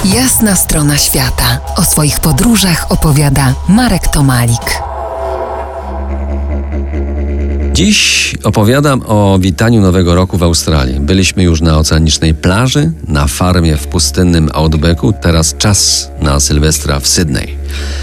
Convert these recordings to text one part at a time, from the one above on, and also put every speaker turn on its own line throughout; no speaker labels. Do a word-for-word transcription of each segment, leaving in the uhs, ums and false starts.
Jasna strona świata. O swoich podróżach opowiada Marek Tomalik.
Dziś opowiadam o witaniu Nowego Roku w Australii. Byliśmy już na oceanicznej plaży, na farmie w pustynnym Outbacku, teraz czas na Sylwestra w Sydney.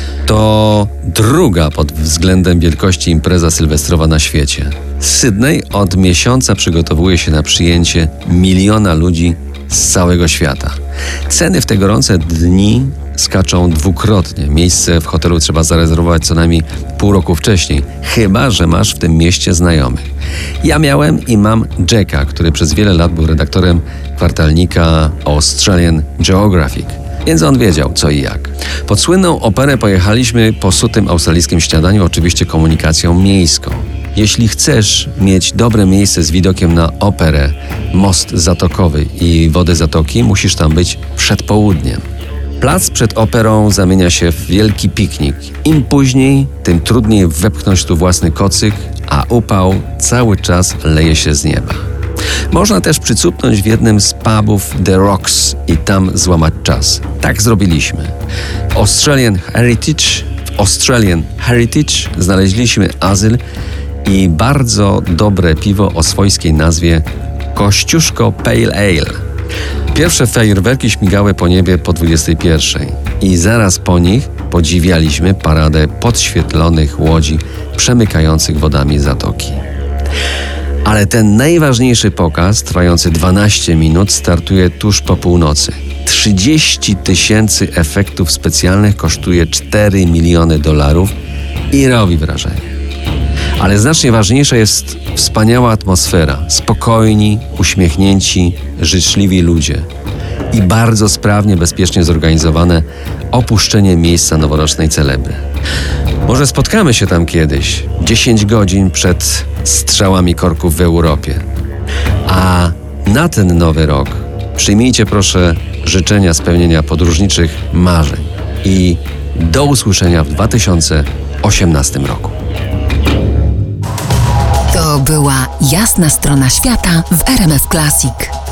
To druga pod względem wielkości impreza sylwestrowa na świecie. Sydney od miesiąca przygotowuje się na przyjęcie miliona ludzi z całego świata. Ceny w te gorące dni skaczą dwukrotnie. Miejsce w hotelu trzeba zarezerwować co najmniej pół roku wcześniej, chyba że masz w tym mieście znajomych. Ja miałem i mam Jacka, który przez wiele lat był redaktorem kwartalnika Australian Geographic, więc on wiedział co i jak. Pod słynną operę pojechaliśmy po sutym australijskim śniadaniu, oczywiście komunikacją miejską. Jeśli chcesz mieć dobre miejsce z widokiem na operę, most zatokowy i wodę zatoki, musisz tam być przed południem. Plac przed operą zamienia się w wielki piknik. Im później, tym trudniej wepchnąć tu własny kocyk, a upał cały czas leje się z nieba. Można też przycupnąć w jednym z pubów The Rocks i tam złamać czas. Tak zrobiliśmy. W Australian Heritage, w Australian Heritage znaleźliśmy azyl i bardzo dobre piwo o swojskiej nazwie Kościuszko Pale Ale. Pierwsze fajerwerki śmigały po niebie po dwudziestej pierwszej i zaraz po nich podziwialiśmy paradę podświetlonych łodzi przemykających wodami zatoki. Ale ten najważniejszy pokaz, trwający dwanaście minut, startuje tuż po północy. trzydzieści tysięcy efektów specjalnych kosztuje cztery miliony dolarów i robi wrażenie. Ale znacznie ważniejsza jest wspaniała atmosfera, spokojni, uśmiechnięci, życzliwi ludzie i bardzo sprawnie, bezpiecznie zorganizowane opuszczenie miejsca noworocznej celebry. Może spotkamy się tam kiedyś, dziesięć godzin przed strzałami korków w Europie. A na ten nowy rok przyjmijcie proszę życzenia spełnienia podróżniczych marzeń i do usłyszenia w dwa tysiące osiemnastym roku.
To była Jasna strona świata w R M F Classic.